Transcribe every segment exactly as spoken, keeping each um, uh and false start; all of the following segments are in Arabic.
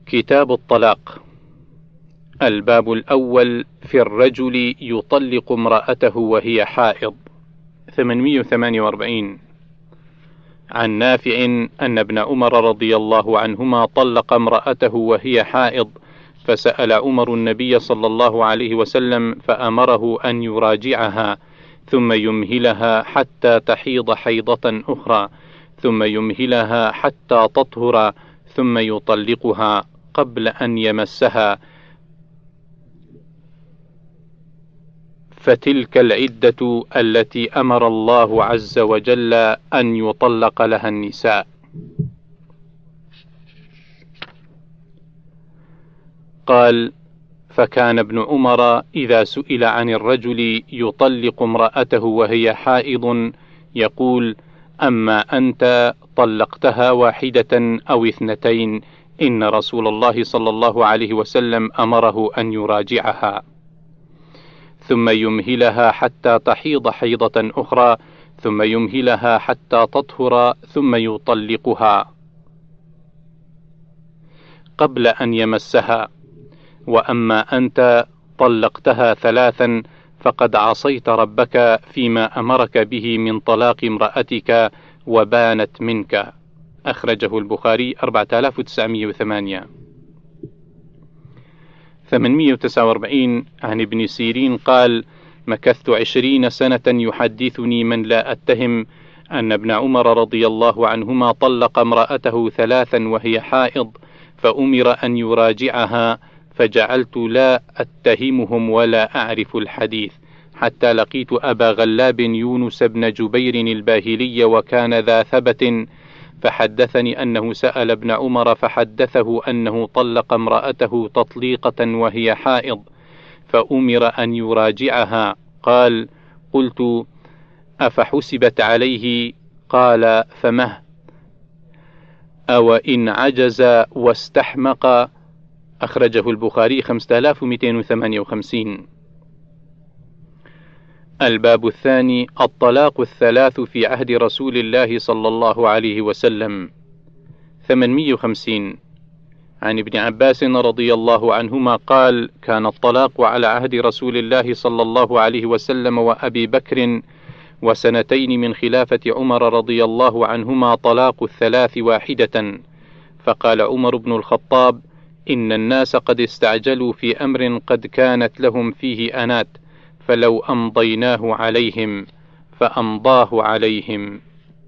كتاب الطلاق. الباب الأول في الرجل يطلق امرأته وهي حائض. ثمانمئة وثمانية وأربعين. عن نافع أن ابن عمر رضي الله عنهما طلق امرأته وهي حائض، فسأل عمر النبي صلى الله عليه وسلم فأمره أن يراجعها ثم يمهلها حتى تحيض حيضة أخرى، ثم يمهلها حتى تطهر، ثم يطلقها قبل أن يمسها، فتلك العدة التي أمر الله عز وجل أن يطلق لها النساء. قال: فكان ابن عمر إذا سئل عن الرجل يطلق امرأته وهي حائض يقول: أما أنت طلقتها واحدة أو اثنتين، إن رسول الله صلى الله عليه وسلم أمره أن يراجعها ثم يمهلها حتى تحيض حيضة أخرى، ثم يمهلها حتى تطهر، ثم يطلقها قبل أن يمسها. وأما أنت طلقتها ثلاثا فقد عصيت ربك فيما أمرك به من طلاق امرأتك وبانت منك. أخرجه البخاري أربعة آلاف وتسعمئة وثمانية. ثمانمئة وتسعة وأربعين. عن ابن سيرين قال: مكثت عشرين سنة يحدثني من لا أتهم أن ابن عمر رضي الله عنهما طلق امرأته ثلاثا وهي حائض، فأمر أن يراجعها، فجعلت لا أتهمهم ولا أعرف الحديث، حتى لقيت أبا غلاب يونس بن جبير الباهلي وكان ذا ثبت، فحدثني أنه سأل ابن عمر فحدثه أنه طلق امرأته تطليقة وهي حائض، فأمر أن يراجعها. قال: قلت: أفحسبت عليه؟ قال: فمه؟ أو إن عجز واستحمق. أخرجه البخاري خمسة آلاف ومئتين وثمانية وخمسين. الباب الثاني: الطلاق الثلاث في عهد رسول الله صلى الله عليه وسلم. ثمانمئة وخمسين. عن ابن عباس رضي الله عنهما قال: كان الطلاق على عهد رسول الله صلى الله عليه وسلم وأبي بكر وسنتين من خلافة عمر رضي الله عنهما طلاق الثلاث واحدة. فقال عمر بن الخطاب: إن الناس قد استعجلوا في أمر قد كانت لهم فيه أنات، فلو أمضيناه عليهم، فأمضاه عليهم.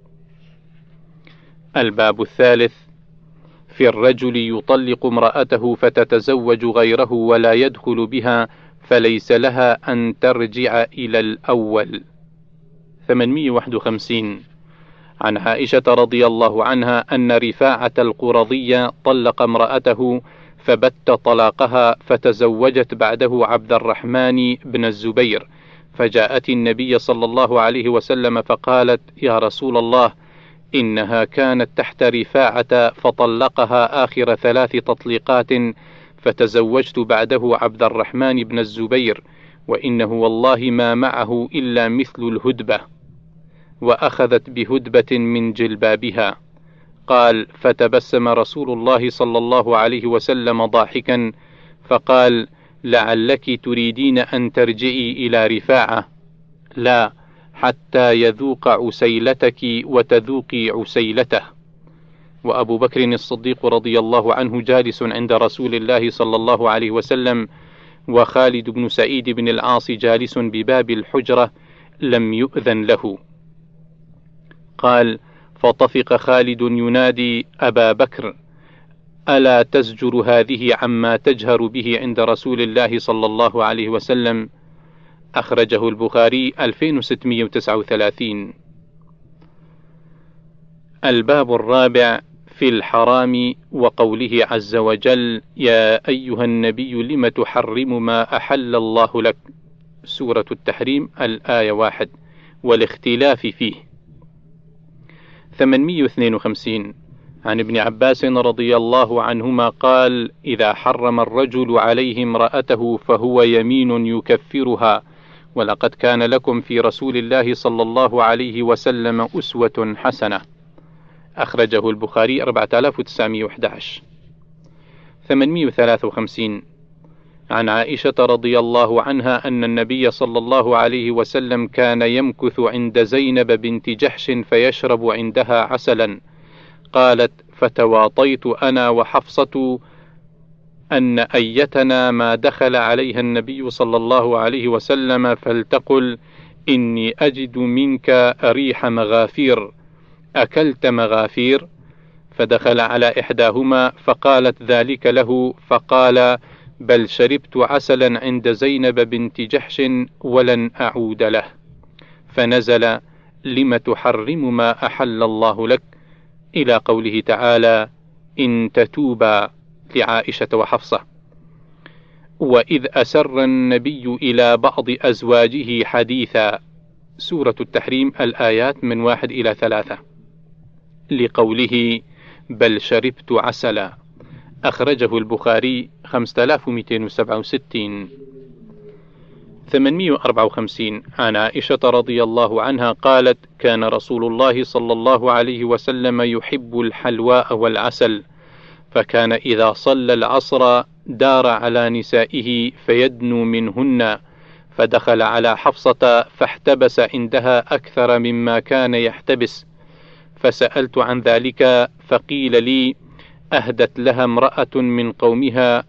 الباب الثالث: في الرجل يطلق امرأته فتتزوج غيره ولا يدخل بها، فليس لها أن ترجع إلى الأول. ثمانمئة وواحد وخمسين. عن عائشة رضي الله عنها أن رفاعة القرظية طلق امرأته فبت طلاقها، فتزوجت بعده عبد الرحمن بن الزبير، فجاءت النبي صلى الله عليه وسلم فقالت: يا رسول الله، إنها كانت تحت رفاعة فطلقها آخر ثلاث تطليقات، فتزوجت بعده عبد الرحمن بن الزبير، وإنه والله ما معه إلا مثل الهدبة. وأخذت بهدبة من جلبابها. قال: فتبسم رسول الله صلى الله عليه وسلم ضاحكا، فقال: لعلك تريدين أن ترجعي إلى رفاعة. لا، حتى يذوق عسيلتك وتذوقي عسيلته. وأبو بكر الصديق رضي الله عنه جالس عند رسول الله صلى الله عليه وسلم، وخالد بن سعيد بن العاص جالس بباب الحجرة، لم يؤذن له. قال: فطفق خالد ينادي: أبا بكر، ألا تزجر هذه عما تجهر به عند رسول الله صلى الله عليه وسلم؟ أخرجه البخاري ألفين وستمئة وتسعة وثلاثين. الباب الرابع في الحرام وقوله عز وجل: يا أيها النبي لم تحرم ما أحل الله لك. سورة التحريم الآية واحد، والاختلاف فيه. ثمانمئة واثنين وخمسين. عن ابن عباس رضي الله عنهما قال: إذا حرم الرجل عليه امرأته فهو يمين يكفرها، ولقد كان لكم في رسول الله صلى الله عليه وسلم أسوة حسنة. أخرجه البخاري أربعة آلاف وتسعمئة وأحد عشر. ثمانمائة وثلاثة وخمسين عن عائشة رضي الله عنها أن النبي صلى الله عليه وسلم كان يمكث عند زينب بنت جحش فيشرب عندها عسلا. قالت: فتواطيت أنا وحفصة أن أيتنا ما دخل عليها النبي صلى الله عليه وسلم فلتقل: إني أجد منك ريح مغافير، أكلت مغافير؟ فدخل على إحداهما فقالت ذلك له، فقال: بل شربت عسلا عند زينب بنت جحش ولن أعود له. فنزل: لم تحرم ما أحل الله لك، إلى قوله تعالى: إن تتوبا، لعائشة وحفصة. وإذ أسر النبي إلى بعض أزواجه حديثا، سورة التحريم، الآيات من واحد إلى ثلاثة، لقوله: بل شربت عسلا، أخرجه البخاري خمسة آلاف ومئتين وسبعة وستين. ثمانمائة وأربعة وخمسين عن عائشة رضي الله عنها قالت: كان رسول الله صلى الله عليه وسلم يحب الحلواء والعسل، فكان إذا صلى العصر دار على نسائه فيدنو منهن، فدخل على حفصة فاحتبس عندها أكثر مما كان يحتبس، فسألت عن ذلك فقيل لي: أهدت لها امرأة من قومها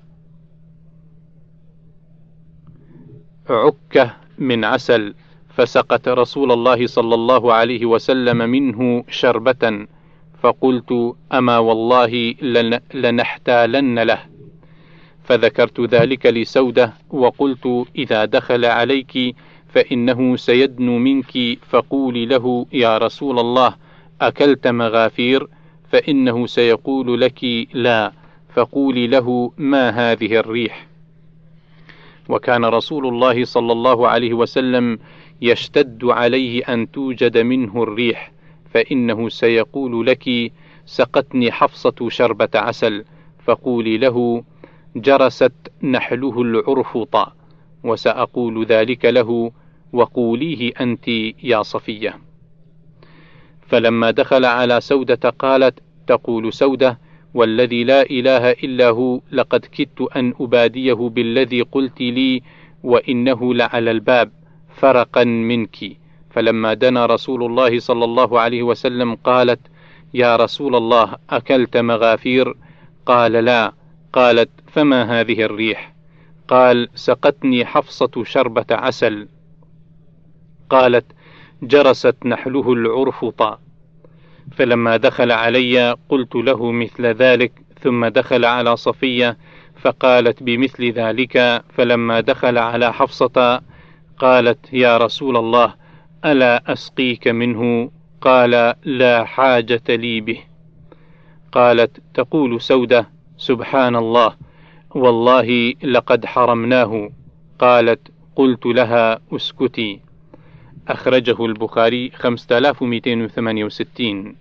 عكة من عسل، فسقت رسول الله صلى الله عليه وسلم منه شربة، فقلت: أما والله لنحتالن له. فذكرت ذلك لسودة وقلت: إذا دخل عليك فإنه سيدنو منك، فقولي له: يا رسول الله، أكلت مغافير؟ فإنه سيقول لك: لا، فقولي له: ما هذه الريح؟ وكان رسول الله صلى الله عليه وسلم يشتد عليه أن توجد منه الريح، فإنه سيقول لك: سقتني حفصة شربة عسل، فقولي له: جرست نحله العرفط، وسأقول ذلك له، وقوليه أنت يا صفية. فلما دخل على سودة قالت: تقول سودة: والذي لا إله إلا هو، لقد كدت أن أباديه بالذي قلت لي، وإنه لعلى الباب فرقا منك. فلما دنا رسول الله صلى الله عليه وسلم قالت: يا رسول الله، أكلت مغافير؟ قال: لا. قالت: فما هذه الريح؟ قال: سقتني حفصة شربة عسل. قالت: جرست نحله العرفط. فلما دخل علي قلت له مثل ذلك، ثم دخل على صفية فقالت بمثل ذلك. فلما دخل على حفصة قالت: يا رسول الله، ألا أسقيك منه؟ قال: لا حاجة لي به. قالت: تقول سودة: سبحان الله، والله لقد حرمناه. قالت: قلت لها: اسكتي. أخرجه البخاري خمسة آلاف ومئتين وثمانية وستين.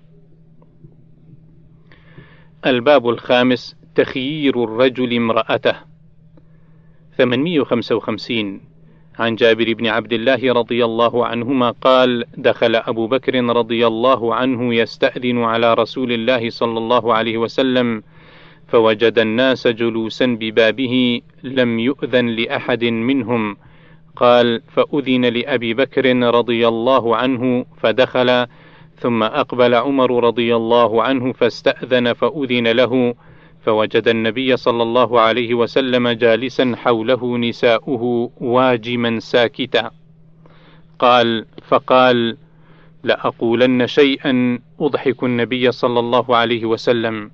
الباب الخامس: تخيير الرجل امرأته. ثمانمائة وخمسة وخمسين عن جابر بن عبد الله رضي الله عنهما قال: دخل أبو بكر رضي الله عنه يستأذن على رسول الله صلى الله عليه وسلم، فوجد الناس جلوسا ببابه لم يؤذن لأحد منهم. قال: فأذن لأبي بكر رضي الله عنه فدخل، ثم أقبل عمر رضي الله عنه فاستأذن فأذن له، فوجد النبي صلى الله عليه وسلم جالسا حوله نساؤه واجما ساكتا. قال: فقال: لأقولن شيئا أضحك النبي صلى الله عليه وسلم.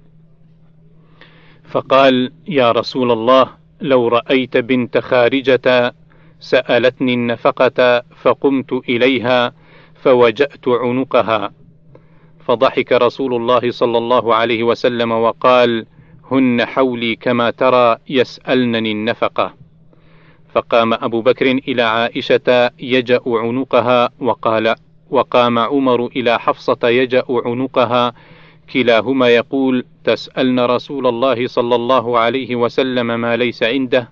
فقال: يا رسول الله، لو رأيت بنت خارجة سألتني النفقة فقمت إليها فوجأت عنقها. فضحك رسول الله صلى الله عليه وسلم وقال: هن حولي كما ترى يسألنني النفقة. فقام أبو بكر إلى عائشة يجأ عنقها، وقال وقام عمر إلى حفصة يجأ عنقها، كلاهما يقول: تسألن رسول الله صلى الله عليه وسلم ما ليس عنده؟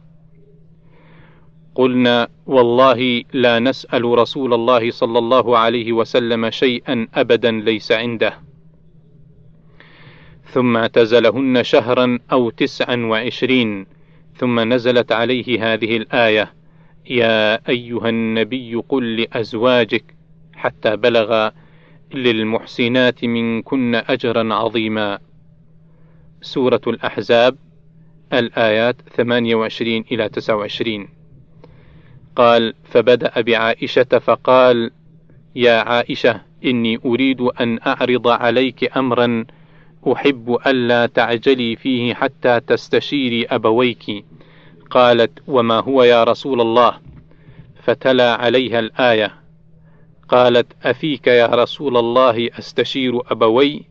قلنا: والله لا نسأل رسول الله صلى الله عليه وسلم شيئا أبدا ليس عنده. ثم اعتزلهن شهرا أو تسعا وعشرين، ثم نزلت عليه هذه الآية: يا أيها النبي قل لأزواجك، حتى بلغ للمحسنات منكن أجرا عظيما. سورة الأحزاب، الآيات ثمانية وعشرين إلى تسعة وعشرين. قال: فبدأ بعائشة فقال: يا عائشة، إني أريد أن أعرض عليك أمرا أحب ألا تعجلي فيه حتى تستشيري أبويك. قالت: وما هو يا رسول الله؟ فتلا عليها الآية. قالت: أفيك يا رسول الله أستشير أبوي؟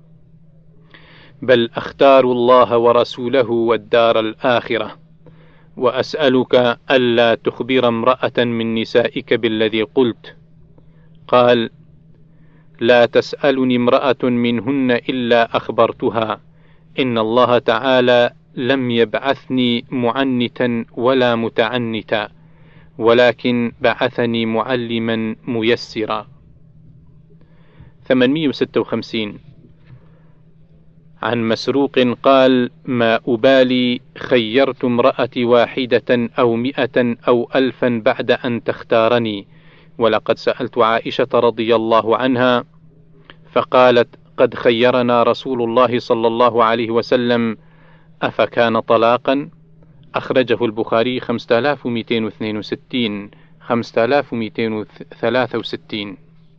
بل أختار الله ورسوله والدار الآخرة، وأسألك ألا تخبر امرأة من نسائك بالذي قلت. قال: لا تسألني امرأة منهن إلا أخبرتها، إن الله تعالى لم يبعثني معنتا ولا متعنتا، ولكن بعثني معلما ميسرا. ثمانمائة وستة وخمسين. عن مسروق قال: ما أبالي خيرت امرأتي واحدة أو مئة أو ألفا بعد أن تختارني. ولقد سألت عائشة رضي الله عنها فقالت: قد خيرنا رسول الله صلى الله عليه وسلم، أفكان طلاقا؟ أخرجه البخاري خمسة آلاف ومئتين واثنين وستين، خمسة آلاف ومئتين وثلاثة وستين.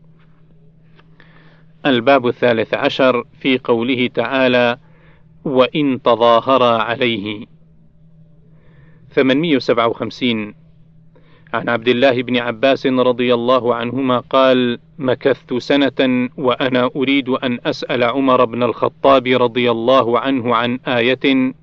الباب الثالث عشر في قوله تعالى: وإن تظاهرا عليه. ثمانمائة وسبعة وخمسين. عن عبد الله بن عباس رضي الله عنهما قال: مكثت سنة وأنا أريد أن أسأل عمر بن الخطاب رضي الله عنه عن آية،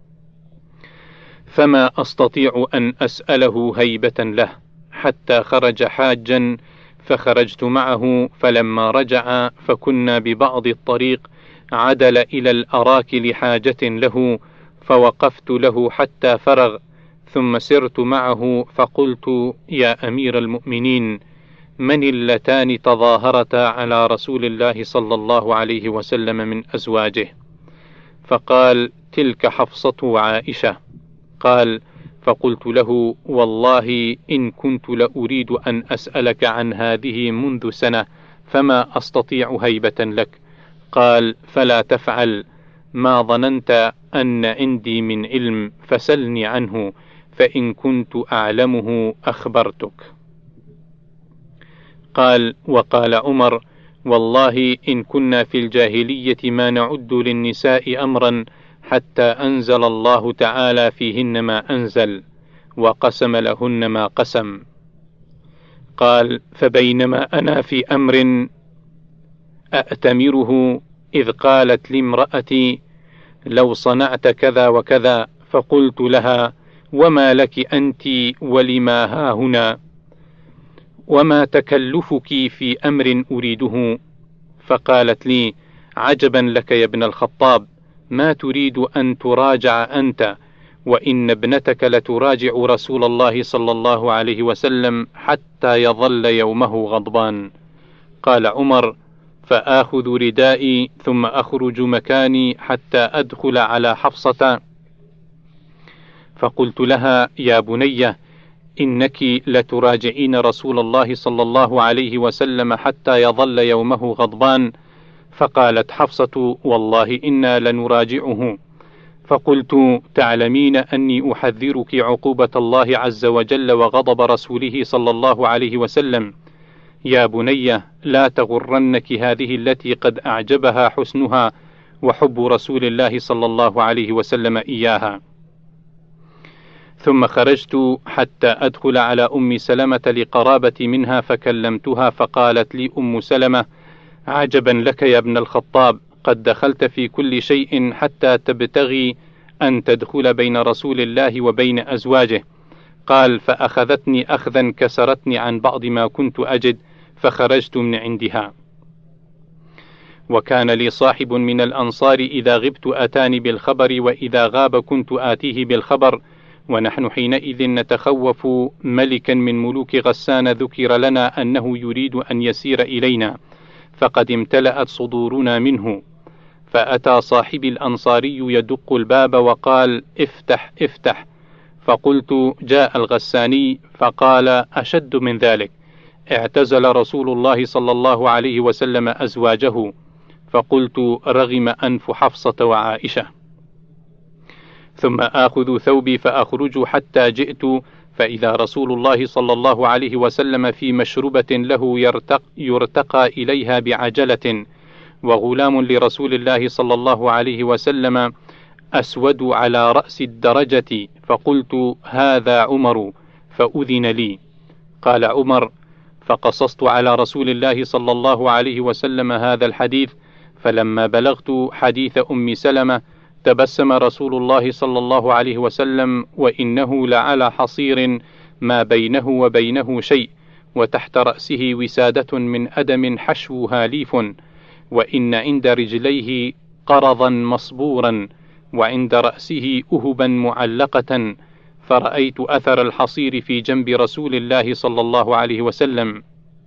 فما أستطيع أن أسأله هيبة له، حتى خرج حاجا فخرجت معه، فلما رجع فكنا ببعض الطريق عدل إلى الأراك لحاجة له، فوقفت له حتى فرغ، ثم سرت معه فقلت: يا أمير المؤمنين، من اللتان تظاهرتا على رسول الله صلى الله عليه وسلم من أزواجه؟ فقال: تلك حفصة وعائشة. قال: فقلت له: والله إن كنت لأريد أن أسألك عن هذه منذ سنة، فما أستطيع هيبة لك. قال: فلا تفعل، ما ظننت أن عندي من علم، فسلني عنه، فإن كنت أعلمه أخبرتك. قال: وقال عمر: والله إن كنا في الجاهلية ما نعد للنساء أمرا حتى أنزل الله تعالى فيهن ما أنزل، وقسم لهن ما قسم. قال: فبينما أنا في أمر أأتمره إذ قالت لامرأتي: لو صنعت كذا وكذا، فقلت لها: وما لك أنت ولما هاهنا، وما تكلفك في أمر أريده؟ فقالت لي: عجبا لك يا ابن الخطاب، ما تريد أن تراجع أنت، وإن ابنتك لتراجع رسول الله صلى الله عليه وسلم حتى يظل يومه غضبان. قال عمر: فآخذ ردائي ثم أخرج مكاني حتى أدخل على حفصة، فقلت لها: يا بنية، إنك لتراجعين رسول الله صلى الله عليه وسلم حتى يظل يومه غضبان. فقالت حفصة: والله إنا لنراجعه. فقلت: تعلمين أني أحذرك عقوبة الله عز وجل وغضب رسوله صلى الله عليه وسلم. يا بنية، لا تغرنك هذه التي قد أعجبها حسنها وحب رسول الله صلى الله عليه وسلم إياها. ثم خرجت حتى أدخل على أم سلمة لقرابة منها، فكلمتها، فقالت لي أم سلمة: عجبا لك يا ابن الخطاب، قد دخلت في كل شيء حتى تبتغي أن تدخل بين رسول الله وبين أزواجه. قال: فأخذتني أخذا كسرتني عن بعض ما كنت أجد، فخرجت من عندها. وكان لي صاحب من الأنصار إذا غبت أتاني بالخبر، وإذا غاب كنت آتيه بالخبر، ونحن حينئذ نتخوف ملكا من ملوك غسان ذكر لنا أنه يريد أن يسير إلينا، فقد امتلأت صدورنا منه. فأتى صاحبي الأنصاري يدق الباب وقال: افتح افتح. فقلت: جاء الغساني. فقال: أشد من ذلك، اعتزل رسول الله صلى الله عليه وسلم أزواجه. فقلت: رغم أنف حفصة وعائشة. ثم آخذ ثوبي فأخرج حتى جئت فإذا رسول الله صلى الله عليه وسلم في مشربة له يرتق يرتقى إليها بعجلة، وغلام لرسول الله صلى الله عليه وسلم أسود على رأس الدرجة. فقلت: هذا عمر. فأذن لي. قال عمر: فقصصت على رسول الله صلى الله عليه وسلم هذا الحديث، فلما بلغت حديث أم سلمة تبسم رسول الله صلى الله عليه وسلم، وإنه لعلى حصير ما بينه وبينه شيء، وتحت رأسه وسادة من أدم حشوها ليف، وإن عند رجليه قرضا مصبورا، وعند رأسه أهبا معلقة، فرأيت أثر الحصير في جنب رسول الله صلى الله عليه وسلم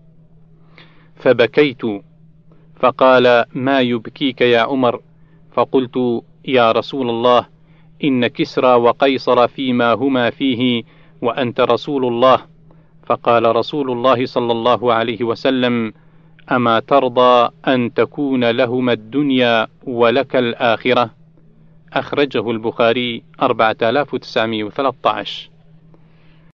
فبكيت. فقال: ما يبكيك يا عمر؟ فقلت: يا رسول الله، إن كسرى وقيصر فيما هما فيه، وأنت رسول الله. فقال رسول الله صلى الله عليه وسلم: أما ترضى أن تكون لهما الدنيا ولك الآخرة؟ أخرجه البخاري أربعة آلاف وتسعمائة وثلاثة عشر.